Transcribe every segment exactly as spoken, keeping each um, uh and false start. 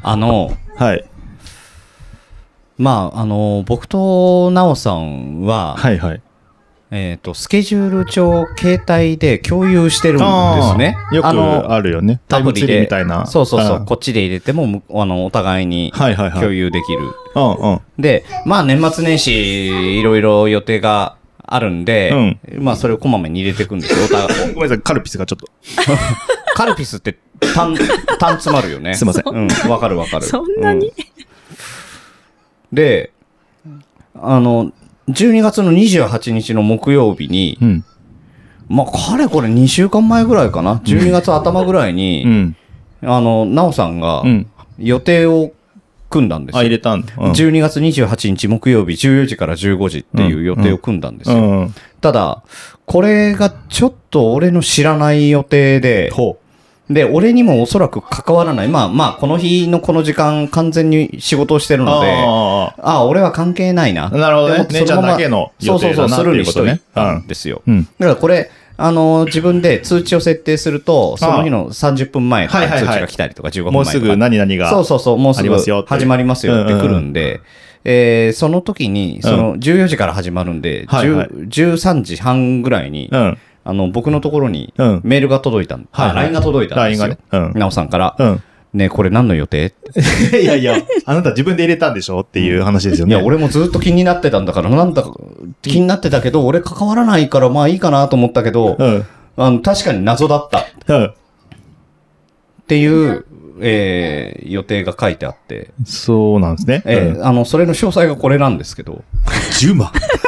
あのはいまああの僕となおさんは、 はいはい、 えー、とスケジュール帳を携帯で共有してるんですね。 よくあるよね、タイムツリーみたいな。 そうそうそう、こっちで入れてもあのお互いに共有できる、 はいはいはい、 でまあ年末年始いろいろ予定があるんで、うん、まあそれをこまめに入れていくんですよ。お互いごめんなさい、 カルピスがちょっとカルピスって単単詰まるよね。 すいません、 うん、わかるわかる。 そんなに、うん、 であのじゅうにがつのにじゅうはちにちの木曜日に、うん、まあかれこれにしゅうかんまえぐらいかな、じゅうにがつ頭ぐらいに、うん、あのなおさんが予定を組んだんですよ。 あ、入れたんだ、うん、 じゅうにがつにじゅうはちにち木曜日じゅうよじからじゅうごじっていう予定を組んだんですよ、うんうん、ただこれがちょっと俺の知らない予定で、ほうで俺にもおそらく関わらない、まあまあこの日のこの時間完全に仕事をしてるので、ああ俺は関係ないな、 なるほどね、姉ちゃんだけの予定だなっていうことね。 そうそうそう、スルーにしといたんですよ、うん、だからこれあの自分で通知を設定するとその日のさんじゅっぷんまえとか通知が来たりとかじゅうごふんまえとか、 もうすぐ何々がそうそうそう、もうすぐ始まりますよって来るんで、えー、その時にそのじゅうよじから始まるんで、うん、じゅうさんじはんぐらいに、うん、あの僕のところにメールが届いたん、うん、あ ライン が届いたんですよ、ね、うん、なおさんから、うん、ね、これ何の予定いやいや、あなた自分で入れたんでしょっていう話ですよね。 いや、俺もずっと気になってたんだから、なんだか気になってたけど、俺関わらないからまあいいかなと思ったけど、うん、あの確かに謎だった、うん、っていう、えー、予定が書いてあって。 そうなんですね。 えーうん、あのそれの詳細がこれなんですけど。 じゅうまん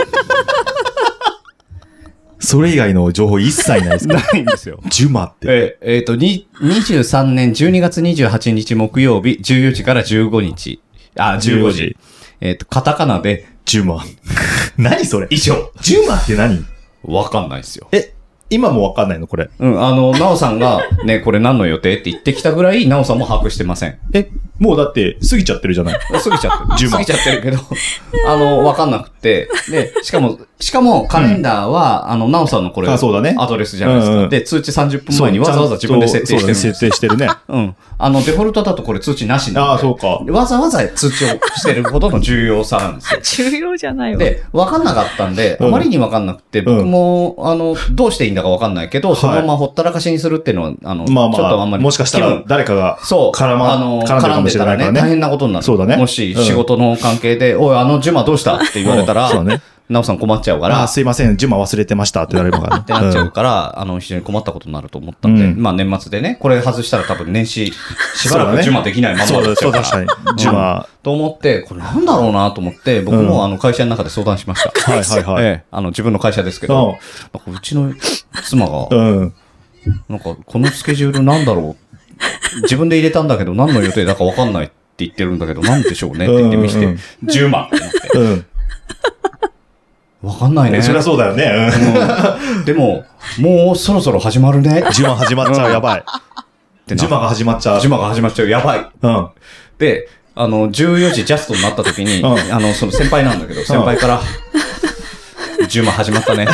それ以外の情報一切ないですか？ ないんですよ。 ジュマって。 えー、えーと、にじゅうさんねんじゅうにがつにじゅうはちにち木曜日じゅうよじからじゅうごにち。あ、じゅうごじ。えっと、カタカナでジュマ。何それ？ 以上。 ジュマって何？ わかんないですよ。 え、今もわかんないのこれ？ うん、あの、なおさんが、ね、これ何の予定って言ってきたぐらい、なおさんも把握してません。 え、もうだって、過ぎちゃってるじゃない？ 過ぎちゃってる。じゅうまん。過ぎちゃってるけど、あの、わかんなくて、で、しかも、しかも、カレンダーは、うん、あの、なおさんのこれ、 あ、そうだね。 アドレスじゃないですか。うんうん、で、通知さんじゅっぷんまえにわざわざ自分で設定してるんです。 設定してるね。 うん。あの、デフォルトだとこれ通知なしなんで。 ああ、そうか。 わざわざ通知をしてるほどの重要さなんですよ。重要じゃないわ。 で、わかんなかったんで、あまりにわかんなくて、僕も、あの、どうしていいんだかわかんないけど、そのままほったらかしにするっていうのは、あの、 まあまあ、 ちょっとあんまり。 もしかしたら誰かが、 そう、 絡ま、 あの、絡んでたらね、大変なことになる。 そうだね。 もし仕事の関係で、おい、あのジュマどうしたって言われたら、そうね。なおさん困っちゃうから。 あ、すいません、ジュマ忘れてましたって言われるから。 ってなっちゃうから、あの、非常に困ったことになると思ったんで、まあ年末でね、これ外したら多分年始、しばらくジュマできないままだったから。 そう、確かに。ジュマ。 と思って、これなんだろうなと思って、僕もあの会社の中で相談しました。 はいはいはい。 ええ、あの自分の会社ですけど、うちの妻が、なんかこのスケジュールなんだろう、自分で入れたんだけど何の予定だかわかんないって言ってるんだけど、なんでしょうねって言ってみして、じゅうまんって思って。うんわかんないね。 そりゃそうだよね。 うん、でも、もうそろそろ始まるね。 ジュマ始まっちゃう、やばい。ジュマが始まっちゃう。 ジュマが始まっちゃう、やばい。うん。で、あの、じゅうよじジャストになった時に、うん、あの、その先輩なんだけど、先輩から、うん、ジュマ始まったね。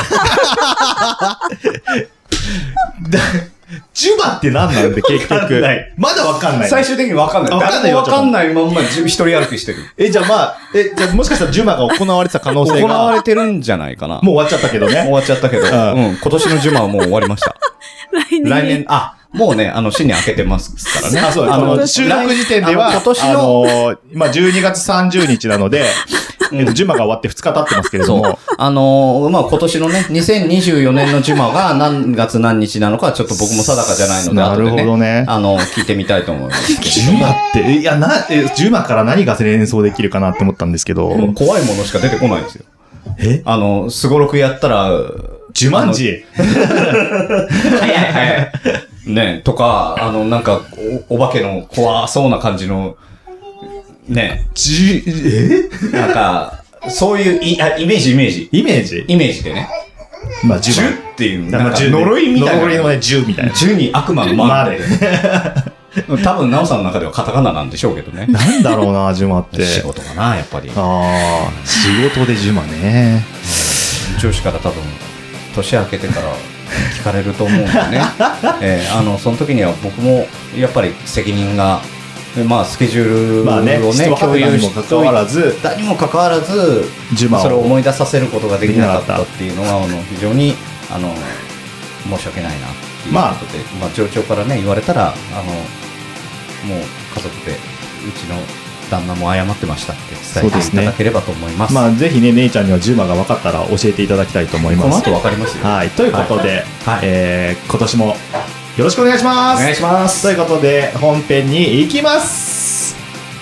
ジュマって何なんで結局。まだわかんない。 最終的にわかんない。わかんない。わかんないまんま一人歩きしてる。 え、じゃあまあ、え、じゃあもしかしたらジュマが行われてた可能性が。 行われてるんじゃないかな。 もう終わっちゃったけどね。 終わっちゃったけど。うん。今年のジュマはもう終わりました。 来年。 来年、あ、もうね、あの、新年明けてますからね。 あ、そうです。あの、収録時点では、今年の、あの、今じゅうにがつさんじゅうにちなので、えっと、ジュマが終わってふつか経ってますけれども。そう。 あのー、まあ、今年のね、にせんにじゅうよねんのジュマが何月何日なのかはちょっと僕も定かじゃないので、 なるほどね。 あの、聞いてみたいと思います。 ジュマって、いや、な、え、ジュマから何が連想できるかなって思ったんですけど。 怖いものしか出てこないんですよ。 えあの、すごろくやったら、 ジュマンジ早い早い。ね、とか、あの、なんかお、お化けの怖そうな感じの、ね。 じ、えなんか、そういうイ、あ、イメージイメージ。 イメージイメージでね。 まあ、 ジュっていう、 なんか呪いみたいな。 呪いのね、ジュみたいな。 ジュに悪魔の魔で。多分、ナオさんの中ではカタカナなんでしょうけどね。 なんだろうな、ジュマって。 仕事かな、やっぱり。 ああ、仕事でジュマね。 上司から多分、年明けてから聞かれると思うんでね。えー、あの、その時には僕も、やっぱり責任がでまあスケジュールをね、 まあね、 共有してもかかわらず、 誰にもかかわらず、 ジュマをそれを思い出させることができなかったっていうのは、あの非常にあの申し訳ないなっていうことで、まあ、まあ、上長からね言われたら、あのもう家族でうちの旦那も謝ってましたって伝えていただければと思います。 まあ、ぜひね、姉ちゃんにはジュマが分かったら教えていただきたいと思います。この後分かりますよ。 はい、ということで、はい、えー、今年もよろしくお願いします。 お願いします。 ということで、本編に行きます。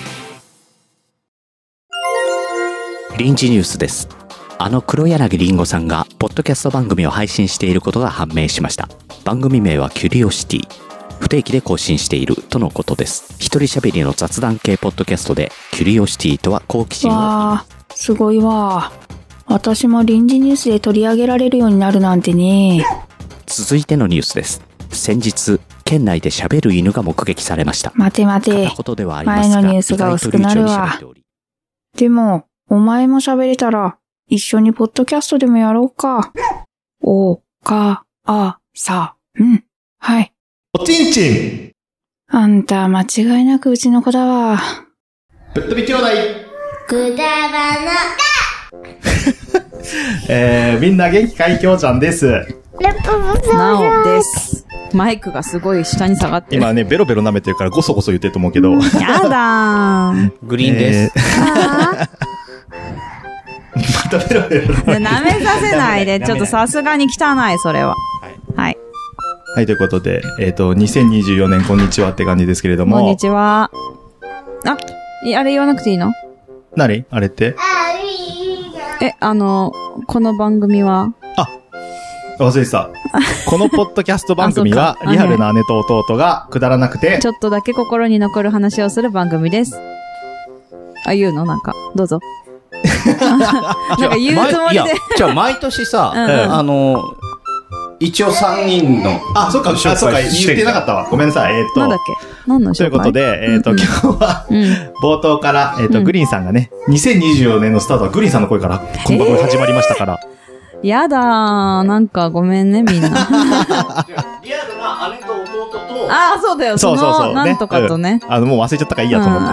臨時ニュースです。あの黒柳りんごさんがポッドキャスト番組を配信していることが判明しました。番組名はキュリオシティ。不定期で更新しているとのことです。一人喋りの雑談系ポッドキャストで、キュリオシティとは好奇心を。 わー、すごいわ。私も臨時ニュースで取り上げられるようになるなんてね。 続いてのニュースです。先日、県内で喋る犬が目撃されました。 待て待て。前のニュースが薄くなるわ。でも、お前も喋れたら、一緒にポッドキャストでもやろうか。お、か、あ、さ、うん。はい。 おちんちん。 あんた、間違いなくうちの子だわ。 ぶっ飛び兄弟。 くだばな。 えー、みんな元気かいきょうちゃんです。 なおです。マイクがすごい下に下がってる。 今ね、ベロベロ舐めてるからゴソゴソ言ってると思うけど。やだー。 グリーンです。えーまたベロベロ舐めさせないで、ちょっとさすがに汚い、それは。はい。はい。 はい、ということで、えっと、にせんにじゅうよねんこんにちはって感じですけれども。 こんにちは。あ、あれ言わなくていいの？ 何？あれって？ え、あの、この番組は？ あ、忘れてた。このポッドキャスト番組は、リアルな姉と弟がくだらなくて、 ちょっとだけ心に残る話をする番組です。あ、言うの？なんか、どうぞ。なんか言うつもりで。 じゃあ毎年さ、うんうん、あの、一応さんにんの。 あ、そっか、あ、そっか、言ってなかったわ。ごめんなさい。えっと。 なんだっけ？何の紹介？ ということで、えっと、今日は、冒頭から、えっと、グリーンさんがね、にせんにじゅうよねんのスタートはグリーンさんの声から、この番組始まりましたから。 やだー。なんかごめんね、みんな。 リアルな姉と弟と。 ああ、そうだよ。そうそうそう。なんとかとね。 あの、もう忘れちゃったからいいやと思って。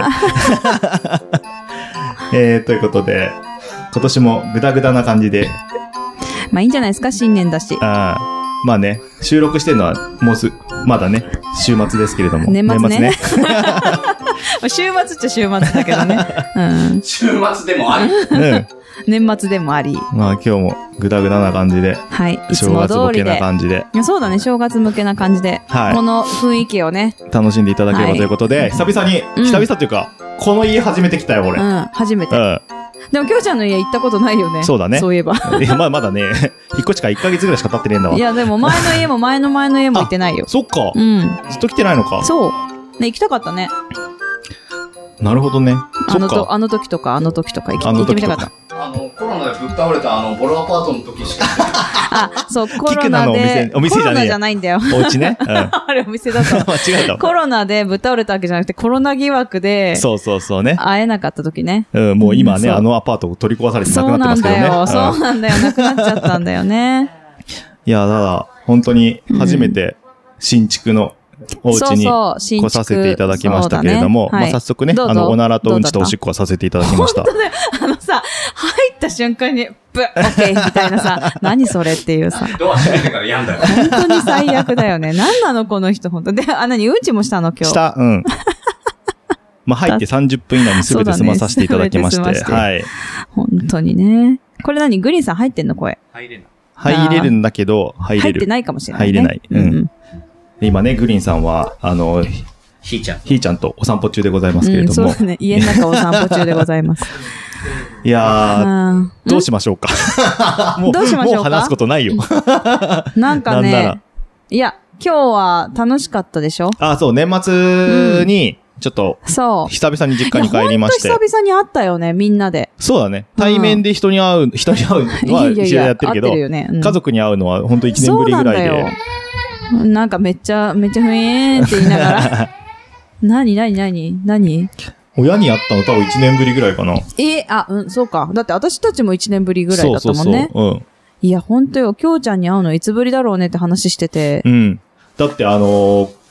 えー、ということで、今年もグダグダな感じで。 まあいいんじゃないですか、新年だし。 ああ。まあね、収録してるのはもうす、まだね、週末ですけれども。 年末ね。年末ね。週末っちゃ週末だけどね。 うん。週末でもあり。うん。 年末でもあり。 まあ今日もグダグダな感じで。 はい。いつも通りで。 正月向けな感じで。 そうだね、正月向けな感じで。はい。この雰囲気をね。 楽しんでいただければということで、はい、久々に、うん、久々っていうか、この家初めて来たよ、俺。 うん、初めて。うん。でも、きょうちゃんの家行ったことないよね。 そうだね。 そういえば。 いや、まあまだね、引っ越しからいっかげつぐらいしか経ってねえんだわ。 いや、でも前の家も前の前の家も行ってないよ。 そっか。 うん。 ずっと来てないのか。 そう。ね、行きたかったね。 なるほどね。 あのと、あの時とか、あの時とか行き、行ってみたかった。 あの、コロナでぶっ倒れたあの、ボロアパートの時しか。 あ、そう、コロナで。 お店じゃねえ。コロナじゃないんだよ。 お家ね。うん。 あれお店だった。 間違えた。 コロナでぶっ倒れたわけじゃなくて、コロナ疑惑で。 そうそうそうね。 会えなかった時ね。 うん、もう今ね、あのアパート取り壊されてなくなってますけどね。 そうなんだよ、そうなんだよ。なくなっちゃったんだよね。 いや、ただ、本当に初めて新築の、お家に来させていただきましたけれども、まあ早速ね、あの、おならとうんちとおしっこはさせていただきました。 本当だよ。あのさ、入った瞬間に、ブッ、オッケーみたいなさ、何それっていうさ。 ドア閉めてからやんだよ。 本当に最悪だよね。何なのこの人、本当で、あ、何、うんちもしたの今日。 した、うん。まあ入ってさんじゅっぷん以内に全て済まさせていただきまして、はい。 本当にね。これ何、グリーンさん入ってんの声。 入れない。 入れるんだけど、入れる。 入ってないかもしれない。 入れない。うん。今ね、グリーンさんは、あの、 ひーちゃん。 ひーちゃんとお散歩中でございますけれども。 うん、そうね。家の中お散歩中でございます。 いやー、どうしましょうか。もう、 どうしましょうか。 もう話すことないよ。 なんかね、なんならいや、今日は楽しかったでしょ？ あ、そう、年末に、ちょっと、うん、そう。久々に実家に帰りまして。 久々に会ったよね、みんなで。 そうだね。対面で人に会う、人に会うのは一緒やってるけど、ねうん、家族に会うのは本当いちねんぶりぐらいで。 なんかめっちゃ、めっちゃふえーんって言いながら。何何何何親に会ったの多分いちねんぶりぐらいかな。 えー、あ、うん、そうか。だって私たちもいちねんぶりぐらいだったもんね。そうそうそう。うん。いや、ほんとよ。きょうちゃんに会うのいつぶりだろうねって話してて。 うん。だってあのー、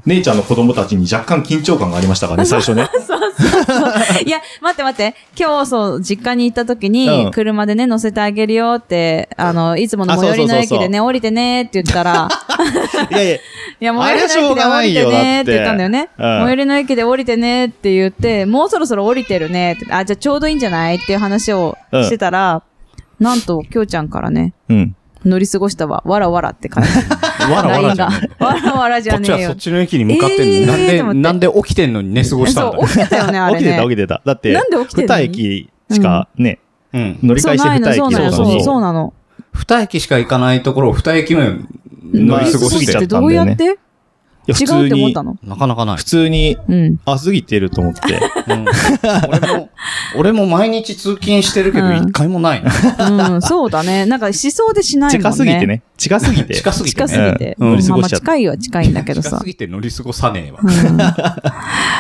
姉ちゃんの子供たちに若干緊張感がありましたからね、最初ね。 そうそうそう。いや、待って待って。今日そう、実家に行った時に、うん、車でね、乗せてあげるよって、あの、いつもの最寄りの駅でね、降りてねって言ったら、いやいや、いや、最寄りの駅で降りてねって言ったんだよね。うん、最寄りの駅で降りてねって言って、もうそろそろ降りてるねって、あ、じゃあちょうどいいんじゃないっていう話をしてたら、うん、なんと、きょうちゃんからね、うん、乗り過ごしたわ、わらわらって感じ。 わらわらじゃねえ。 わらわらじゃねえよ。 こっちはそっちの駅に向かってんの、えー、なんで、なんで起きてんのに寝過ごしたんだ。 そう、起きてたよね、あれね。 起きてた、起きてた。だって、なんで起きてんの？二駅しかね、うん、乗り換えして二駅そうなの、そうそうなの。 二駅しか行かないところを二駅目乗り過ごしてちゃったんだよね。 どうやって？ いや、普通に、 なかなかない。 普通に、うん、あ、過ぎてると思って。うん、 俺も、俺も毎日通勤してるけど、一回もないな、うん。うん、そうだね。なんか、思想でしないもんね。 近すぎてね。近すぎて。 近すぎて、ね。 近すぎて。 うん、乗り過ごしちゃった。 まあまあ近いは近いんだけどさ。 近すぎて乗り過ごさねえわ。 うん、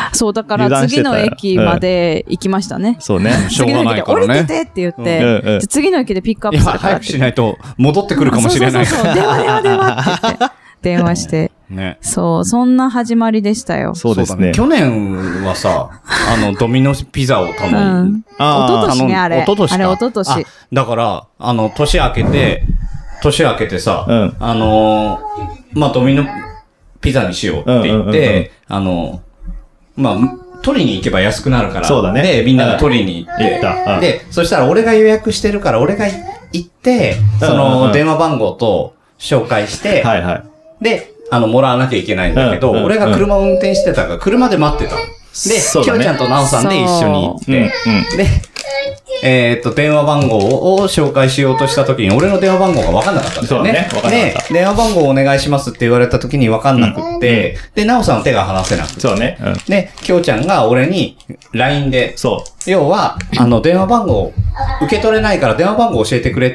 そう、だから次の駅まで行きましたね。 うん、そうね。 しょうがないからね。 降りててって言って、うんうん、次の駅でピックアップするから。 早くしないと戻ってくるかもしれない。 そうそうそう。電話電話電話って言って。電話して。 ね。 そう、そんな始まりでしたよ。 そうですね。 去年はさ、あの、ドミノピザを頼む。うん、 ああ。おととしね、あれ。 おととしか。 あれ、おととし。 だから、あの、年明けて、年明けてさ、うん、あのー、まあ、ドミノピザにしようって言って、あの、まあ、取りに行けば安くなるから。 そうだね。 で、みんなが取りに行って。うん、で、そしたら俺が予約してるから、俺が行って、その、電話番号と紹介して、はいはい。で、あの、もらわなきゃいけないんだけど、うんうんうん、俺が車を運転してたから、車で待ってたの。で、きょうちゃんとなおさんで一緒に行って、うんうん、で、えー、っと、電話番号を紹介しようとした時に、俺の電話番号が分かんなかったんだよね。ね、分かんなかった。で、電話番号をお願いしますって言われた時に分かんなくって、うん、で、なおさんの手が離せなくて。 そうね。うん、 で、きょうちゃんが俺に ライン で、 そう。 要は、あの、電話番号受け取れないから電話番号教えてくれって、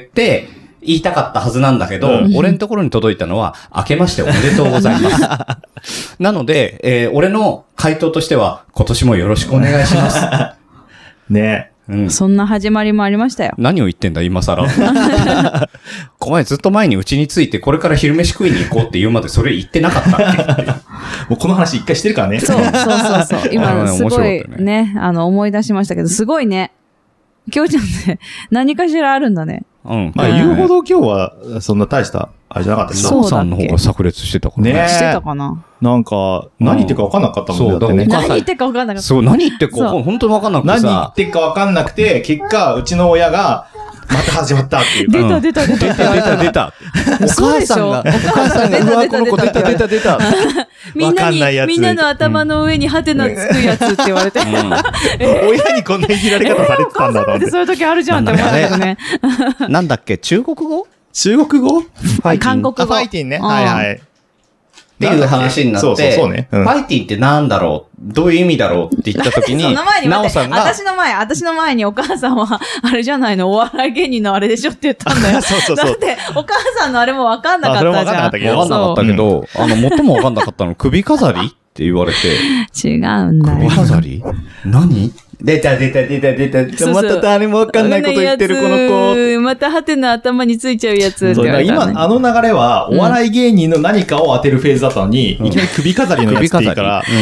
言いたかったはずなんだけど、うん、俺のところに届いたのは、明けましておめでとうございます。なので、えー、俺の回答としては、今年もよろしくお願いします。 ね、 うん。そんな始まりもありましたよ。 何を言ってんだ、今更。お前ずっと前にうちに着いて、これから昼飯食いに行こうって言うまでそれ言ってなかったっけもうこの話一回してるからね。 そうそうそうそう。今、すごいね、ね、あの、思い出しましたけど、すごいね。きょうちゃんって何かしらあるんだね。 うん。まあ、言うほど今日は、そんな大した、あれじゃなかったし、 なおさんの方が炸裂してたからね。してたかな。 なんか、何言ってるか分かんなかったもんね。 そう、ね、何言ってるか分かんなかった。 そう、何言ってるか本当に分かんなくてさ。 何言ってるか分かんなくて、結果、うちの親が、また始まったっていう。 出た出た出た。 出た出た出た。お母さんが、お母さんが、うわ、この子出た出た出た。 みんなに、みんなの頭の上にハテナつくやつって言われて。 親にこんないじられ方されてたんだろうね。 そういう時あるじゃんって思ったけどね。 なんだっけ、中国語？ 中国語？ 韓国語。 ファイティンね。はいはい。 っていう話になって、そうそうそうね。ファイティンってなんだろう、どういう意味だろうって言った時に、 その前に待って、私の前、私の前にお母さんは、あれじゃないの、お笑い芸人のあれでしょって言ったんだよ。 そうそうそう。 だって、お母さんのあれも分かんなかったじゃん。 それも分かんなかったけど。 分かんなかったけど、あの、最も分かんなかったの、首飾りって言われて。 違うんだよ。 首飾り何出た出た出た出た。そうそうまた誰もわかんないこと言ってるこの子。 またハテナ頭についちゃうやつって言われた、ね。 今、あの流れは、お笑い芸人の何かを当てるフェーズだったのに、うん、いきなり首飾りのやつっていいから、うん、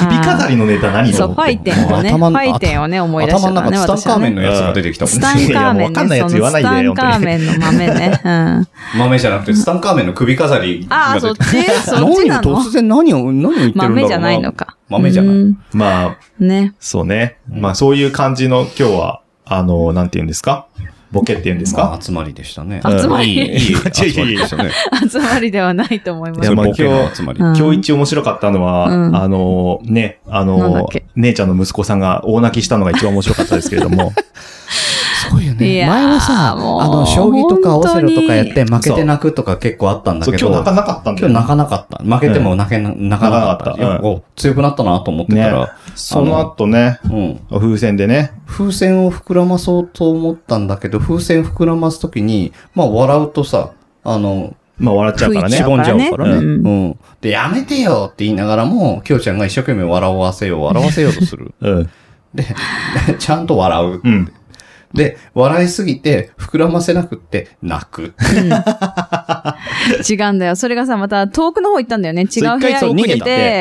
首飾りのネタ何そう、ファイテンをね、ファイテンをね、思い出したね。 頭の中、ツタンカーメンのやつが出てきたもんね。 スタンカーメンね。 わかんないやつ言わないでよ、 スタンカーメンの豆ね。うん。 豆じゃなくて、スタンカーメンの首飾り。 ああ、そっちそっちなの突然何を、何を言ってるんだろうな。 豆じゃないのか。 豆じゃない。 まあ、 ね。 そうね。まあ、そういう感じの今日は、あの、なんて言うんですかボケって言うんですか、 まあ、集まりでしたね。 集まりいい、いい集まりでしたね。 集まりではないと思います。いや、 まあ今日、今日一面白かったのは、うん、あの、ね、あの、姉ちゃんの息子さんが大泣きしたのが一番面白かったですけれども。 すごいよね。前はさ、あの、将棋とかオセロとかやって負けて泣くとか結構あったんだけど。 今日泣かなかったんだよ。今日泣かなかった。負けても泣けな、泣かなかった。うん、強くなったなと思ってたら。 ね、その後ね、うん、風船でね。 風船を膨らまそうと思ったんだけど、風船膨らますときに、まあ笑うとさ、あの、 まあ笑っちゃうからね。 しぼんじゃうからね。うん。うん、で、やめてよって言いながらも、きょうちゃんが一生懸命笑わせよう、笑わせようとする。うん。で、ちゃんと笑う。うん。で、笑いすぎて、膨らませなくって、泣く。うん、 違うんだよ。それがさ、また遠くの方行ったんだよね。違う部屋に逃げて、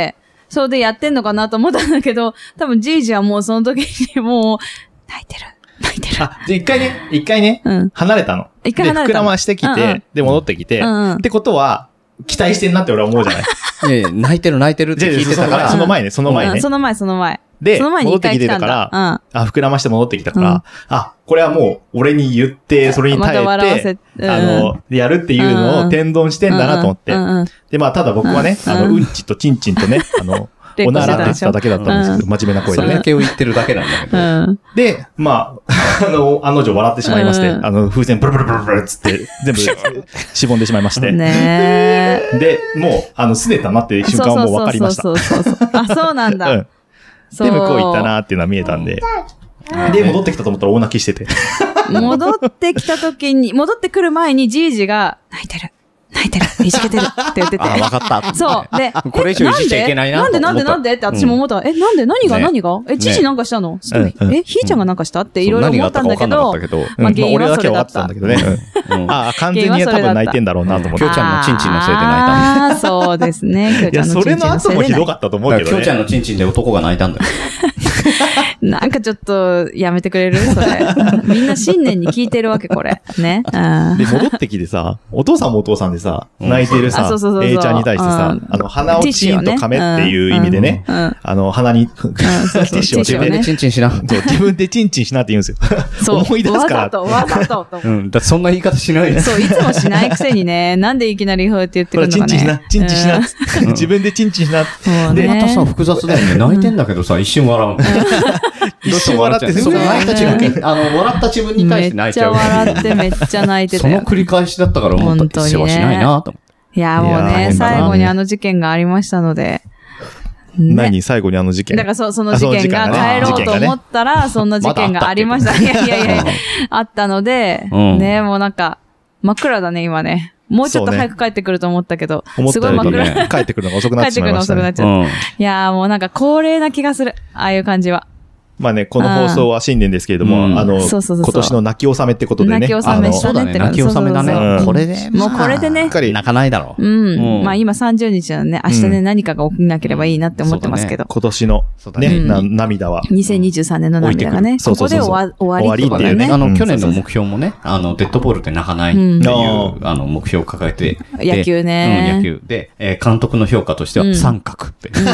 そうでやってんのかなと思ったんだけど、多分じいじはもうその時にもう、泣いてる。泣いてる。 あ、で、一回ね、一回ね、うん、離れたの。 一回離れたの。 で、膨らましてきて、うんうん、で、戻ってきて、うんうん、ってことは、期待してんなって俺は思うじゃないいやいや、泣いてる泣いてるって聞いてたから。 その前ね、その前ね。 うん、その前、その前。 で、戻ってきてたから、うん、あ、膨らまして戻ってきたから、うん、あ、これはもう俺に言って、それに耐えて、まうん、あの、やるっていうのを天丼してんだなと思って。うんうん、で、まあ、ただ僕はね、うん、あの、うんちとちんちんとね、あの、おならって言っただけだったんですけど、真面目な声でね。 それだけを言ってるだけなんだけど。 うん、 で、まあ、あの、案の定笑ってしまいまして、うん、あの、風船ブルブルブルブルつって、全部しぼんでしまいまして。 ねで、もう、あの、すねたなっていう瞬間はもう分かりました。 そうそうそうそう。あ、そうなんだ。うん。で、 向こう行ったなっていうのは見えたんで。で、戻ってきたと思ったら大泣きしてて。 戻ってきた時に、戻ってくる前にじいじが、泣いてる。泣いてる。いじけてる。って言ってて。 あ、わかった。 そう。で、 これ以上いじっちゃいけないな。 なんでなんでなんでって私も思った。え、なんで何が何がえ、じじなんかしたのすごい。え、ひーちゃんがなんかしたっていろいろ思ったんだけど、 まあ原因はそれだった。あ、完全に多分泣いてんだろうなと思って。 きょうちゃんのチンチンのせいで泣いたんだ。 ああ、そうですね。 いや、それの後もひどかったと思うけどね。 きょうちゃんのチンチンで男が泣いたんだよ。 なんかちょっと、やめてくれるそれ。みんな新年に聞いてるわけ、これ。ね。 で、戻ってきてさ、お父さんもお父さんでさ、泣いてるさ、A ちゃんに対してさ、あの、鼻をチーンと噛めっていう意味でね、あの、鼻に、ティッシュを自分でチンチンしな。 自分でチンチンしなって言うんですよ。そう。思い出すから。 わざと、わざと。 うん。だってそんな言い方しない。 そう、いつもしないくせにね、なんでいきなりそうやって言ってくるのかね。 チンチンしな、チンチンしな。自分でチンチンしな。 で、またさ、複雑だよね。泣いてんだけどさ、一瞬笑う。 一瞬笑って、 その泣いた自分に、あの、笑った自分に対して泣いちゃう。 めっちゃ笑ってめっちゃ泣いてた。 その繰り返しだったから思った。世話しないなと思って。 いや、もうね、最後にあの事件がありましたので。 何最後にあの事件だからそ、その事件が帰ろうと思ったら、そんな事件がありました。いやいやいや、あったので、ね、もうなんか、真っ暗だね、今ね。もうちょっと早く帰ってくると思ったけど、すごい真っ暗。 帰ってくるのが遅くなっちゃいました。 帰ってくるの遅くなっちゃった。いやーもうなんか恒例な気がする。ああいう感じは。 まあね、この放送は新年ですけれども、あの、今年の泣き納めってことでね。 泣き納めしたねって泣き納めだね。これで。 もうこれでね。 泣かないだろう。 うん。まあ今さんじゅうにちなのね、明日ね何かが起きなければいいなって思ってますけど。 今年のね、涙は。 にせんにじゅうさんねんの涙がね、ここで終わりっていうね。 あの、去年の目標もね、あの、デッドボールで泣かないっていう、あの、目標を抱えて。 野球ね。 うん、野球。で、監督の評価としては三角って。違う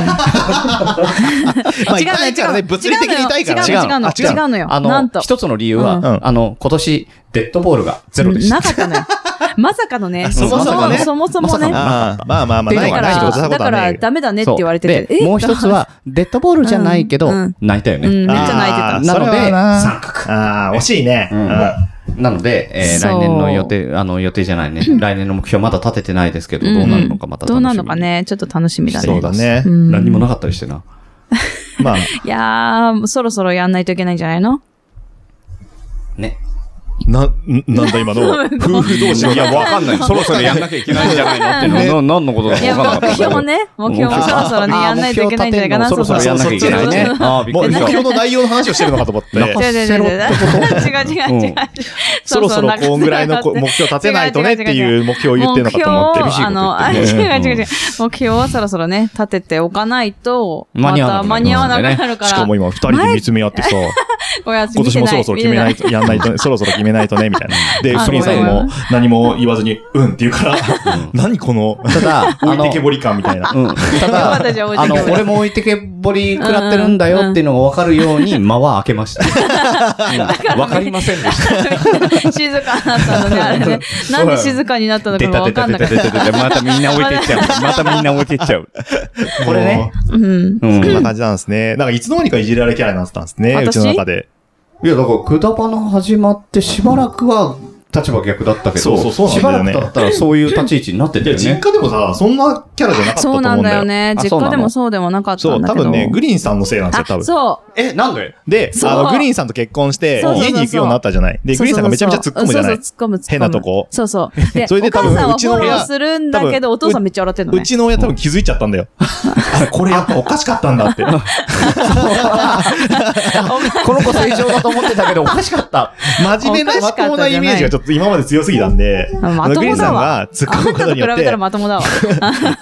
のよ。 物理的に痛いから。 違うの。違うのよ。 あの、一つの理由は、あの、今年、デッドボールがゼロでした。 なかったのよ。まさかのね。そもそもね。そもそもね。 まあまあまあ、ないから、 だからダメだねって言われてて。もう一つは、デッドボールじゃないけど、泣いたよね。 めっちゃ泣いてた。 なので、三角。 ああ、惜しいね。 なので、えー、来年の予定、あの、予定じゃないね。来年の目標まだ立ててないですけど、どうなるのかまた楽しみ。 どうなるのかね、ちょっと楽しみだね。 そうだね。 何にもなかったりしてな。 まあ。 いやー、そろそろやんないといけないんじゃないのね。 な、なんだ今の夫婦同士の。 いや、わかんない。そろそろやんなきゃいけないんじゃないのっていうのは、何のことだかわかんなかった。 目標ね。目標もそろそろね、やんないといけないんじゃないかな。 そろそろやんなきゃいけないね。 ああ、びっくりした。目標の内容の話をしてるのかと思って。 違う違う違う。違う違う違う。 そろそろこんぐらいの目標立てないとねっていう目標を言ってるのかと思って。 あの、違う違う違う。目標をそろそろね、立てておかないと、また間に合わなくなるから。 しかも今二人で見つめ合ってさ、今年もそろそろ決めないと、やんないとね、そろそろ決めないとね、みたいな。で、フリーさんも何も言わずに、うんって言うから、何この、ただ、置いてけぼり感みたいな。 ただ、あの、俺も置いてけぼり食らってるんだよっていうのが分かるように、間は開けました。分かりませんでした。 静かになったのね、あれね。なんで静かになったのかも分かんなかった。 またみんな置いてっちゃう。またみんな置いてっちゃう。これね。 うん。そんな感じなんですね。なんかいつの間にかいじられキャラになってたんですね、うちの中で。 いや、だから、くだばな始まってしばらくは立場逆だったけど、 そうそうそうしばらくだったらそういう立ち位置になってたよね。 いや、実家でもさ、そんなキャラじゃなかったと思うんだよ。 そうなんだよね。実家でもそうでもなかったんだけど。 そう、多分ね、グリーンさんのせいなんですよ、多分。 そう。 え、なんでで、あの、グリーンさんと結婚して、家に行くようになったじゃない。で、グリーンさんがめちゃめちゃ突っ込むじゃない。 そうそう、突っ込む、突っ込む。 変なとこ。 そうそう。で、 それで多分、うちの親。 するんだけど、お父さんめっちゃ笑ってんのね。 うちの親多分気づいちゃったんだよ。これやっぱおかしかったんだって。この子正常だと思ってたけど、おかしかった。 真面目なまともなイメージがちょっと今まで強すぎたんで、 まともだわ。 グリーンさんが突っ込むことによって。 あなたと比べたらまともだわ。 あれ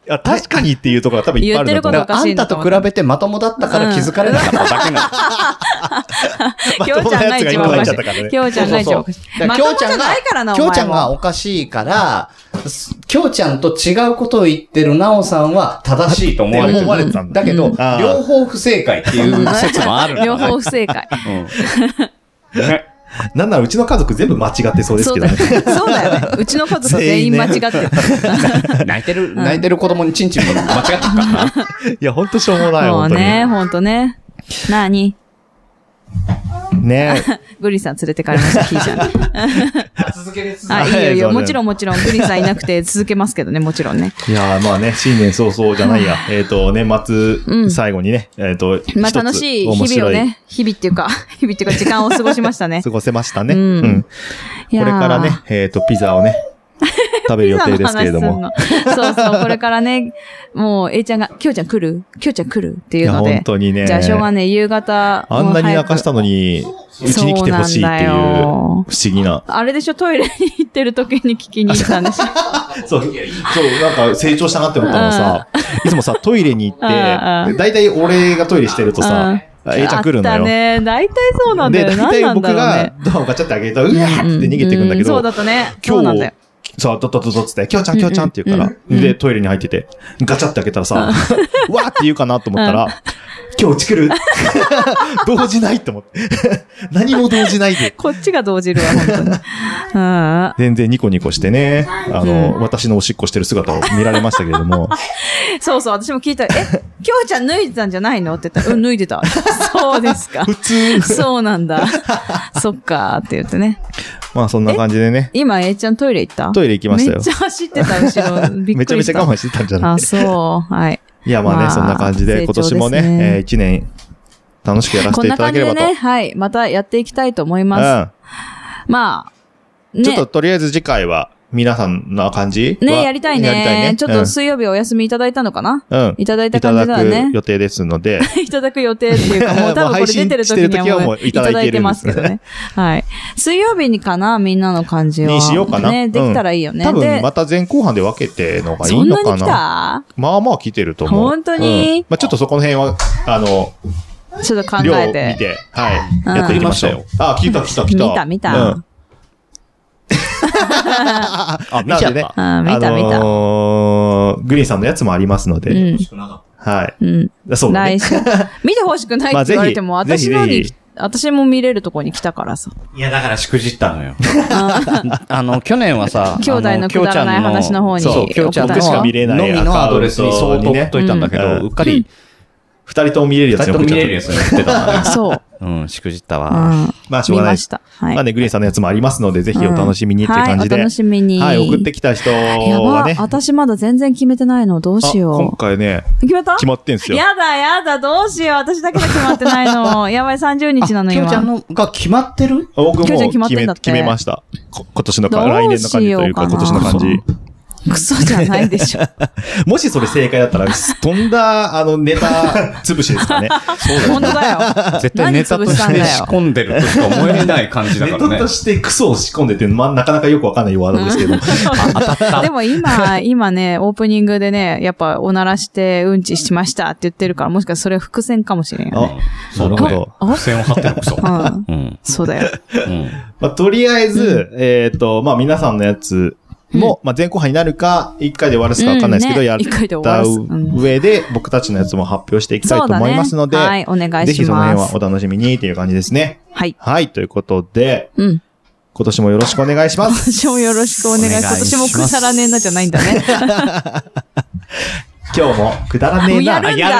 や、確かにっていうところが多分いっぱいあるんだと思う。 あんたと比べてまともだったから気づかれなかっただけなの。 きょうちゃんが一番おかしい。きょうちゃんが一番おかしい。 きょうちゃんが、きょうちゃんがおかしいから、きょうちゃんと違うことを言ってるなおさんは正しいと思われてる。 たんだ。だけど、両方不正解っていう説もあるんだ。 両方不正解。 ね。 なんならうちの家族全部間違ってそうですけどね。 そうだよね。うちの家族全員間違ってる。 泣いてる、泣いてる子供にチンチンも間違ってるからな。 いや、ほんとしょうもない、 もうね、ほんとね。なにねグリーンさん連れて帰りました、ひーちゃん。 続けるあ、いいよいいよ。もちろんもちろん、グリーンさんいなくて続けますけどね、もちろんね。 いやー、まあね、新年早々じゃないや。えっと、年末最後にね、えっと、 まあ楽しい日々をね、日々っていうか、日々っていうか時間を過ごしましたね。 過ごせましたね。うん。これからね、えっと、ピザをね、食べる予定ですけれども。 そうそう、これからね、もう、A ちゃんが、きょうちゃん来るきょうちゃん来るっていうので。 本当にね。 じゃあ、しょうがね、夕方。 あんなに泣かしたのに、うちに来てほしいっていう、不思議な。 あれでしょ、トイレに行ってる時に聞きに行ったんでしょ。 そう、そう、なんか成長したなって思ったのさ、いつもさ、トイレに行って、だいたい俺がトイレしてるとさ、A ちゃん来るのよ。 あったね。大体そうなんだよ。 で、大体僕がドアをガチャって開けると、うわーって逃げていくんだけど、 そうだったね。そうなんだよ。 そう、ドッドッドッドッつって、きょうちゃんきょうちゃんって言うから、で、トイレに入ってて、ガチャって開けたらさ、わーって言うかなと思ったら、今日うち来る動じないと思って。何も動じないで。 こっちが動じるわ、本当に。 全然ニコニコしてね、あの、私のおしっこしてる姿を見られましたけれども。 そうそう、私も聞いたら、え、きょうちゃん脱いでたんじゃないのって言ったら、うん、脱いでた。そうですか。 普通。 そうなんだ。そっかーって言ってね。 まあそんな感じでね。 今、A ちゃんトイレ行った？ トイレ行きましたよ。 めっちゃ走ってた、後ろ。びっくりした。 めちゃめちゃ我慢してたんじゃない？ あ、そう。はい。 いや、まあね、まあ、そんな感じで、今年もね、えー、一年、楽しくやらせていただければと。 こんな感じでね、はい。またやっていきたいと思います。うん、まあ、 ね。ちょっととりあえず次回は、皆さんの感じね、やりたいね。やりたいね。ちょっと水曜日お休みいただいたのかな？うん。いただいた感じだね。 いただく予定ですので。 いただく予定っていうか、もう多分これ出てる時にはもういただいてますけどね。はい。水曜日にかなみんなの感じを。 にしようかな。 ね、できたらいいよね。 多分また前後半で分けてのがいいのかな。 そんなに来た？ まあまあ来てると思う。 本当に？ まあちょっとそこの辺は、あの、 ちょっと考えて。 見て、はい。やっていきましたよ。あ、来た来た来た。 見た見た。 あ、見ちゃった。 あ、見た見た。 グリーンさんのやつもありますので。はい。うん。そうだね。 見てほしくないって言われても、私のに、私も見れるとこに来たからさ。 いや、だからしくじったのよ。あの、去年はさ、 兄弟のくだらない話の方に。 そう、きょうちゃんののみのアドレスに相当っといたんだけど、うっかり、 二人とも見れるやつに送っちゃった。二人とも見れるやつに送ってたね。 そう。 うん、しくじったわ。 まあ、しょうがないです。まあね、グリーンさんのやつもありますので、ぜひお楽しみにっていう感じで。 お楽しみに。 はい、送ってきた人はね。 私まだ全然決めてないの。どうしよう。 今回ね。 決めた？ 決まってんすよ。 やだ、やだ、どうしよう。私だけが決まってないの。やばい、さんじゅうにちなの今。 きょうちゃんのが決まってる？ 僕も決め、決めました。今年の、来年の感じというか、今年の感じ。 クソじゃないでしょ。 もしそれ正解だったら、飛んだ、あの、ネタ潰しですかね。 そうだよ。本当だよ。 絶対ネタとして仕込んでるとしか思えない感じだからね。 ネタとしてクソを仕込んでて、まあ、なかなかよくわかんないワードですけど。 でも今、今ね、オープニングでね、やっぱ、おならして、うんちしましたって言ってるから、もしかしたらそれは伏線かもしれんよね。 なるほど。 伏線を張ってるクソ。 うん。そうだよ。 うん。まあ、とりあえず、えっと、まあ、皆さんのやつ、も、まあ、前後半になるか、一回で終わらすかわかんないですけど、やった上で、僕たちのやつも発表していきたいと思いますので、 はい、お願いします。 ぜひその辺はお楽しみにという感じですね。 はい。 はい、ということで、 うん。 今年もよろしくお願いします。 今年もよろしくお願いします。今年もくだらねえなじゃないんだね。 今日もくだらねえな。 やるんだ。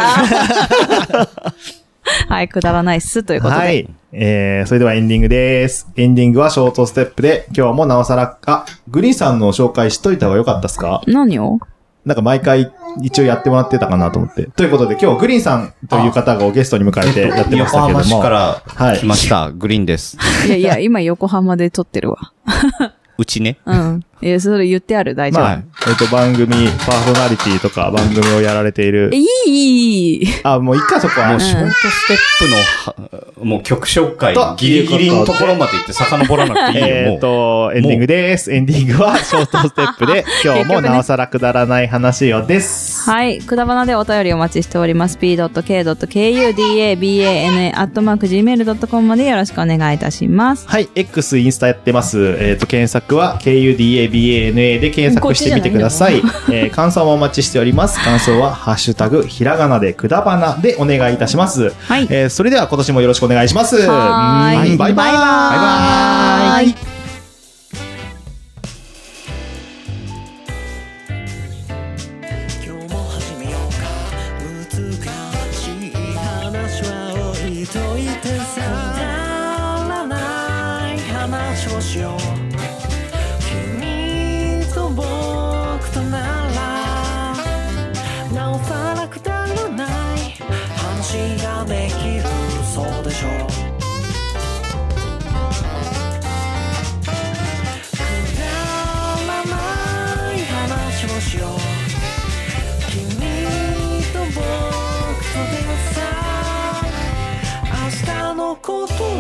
はい、くだらないっす、ということで。はい。 えー、それではエンディングです。エンディングはショートステップで、今日もなおさら、あ、グリーンさんの紹介しといた方がよかったっすか？ 何を？ なんか毎回一応やってもらってたかなと思って。ということで今日グリーンさんという方がゲストに迎えてやってましたけども。 横浜市から来ました、はい、グリーンです。 いやいや、今横浜で撮ってるわ。 うちね。 うん。 いや、それ言ってある大丈夫。まあ、 えっと、番組、パーソナリティとか番組をやられている。 いい、いい。 あ、もういっか、そこは。 もうショートステップの、もう曲紹介、ギリギリのところまで行って遡らなくていいよ。 えっと、エンディングです。エンディングはショートステップで、今日もなおさらくだらない話をです。 はい。くだばなでお便りお待ちしております。ピー ケー ケー ユー ディー エー ビー エー エヌ エー アットマーク ジーメール ドット コム までよろしくお願いいたします。 はい。X、インスタやってます。えっと、検索は ケー ユー ディー エー ビー エー エヌ エー で検索してみてください。えー、感想もお待ちしております。感想は、ハッシュタグ、ひらがなでくだばなでお願いいたします。はい。えー、それでは今年もよろしくお願いします。 はい。バイバイ。バイバイ。バイバイ。 こと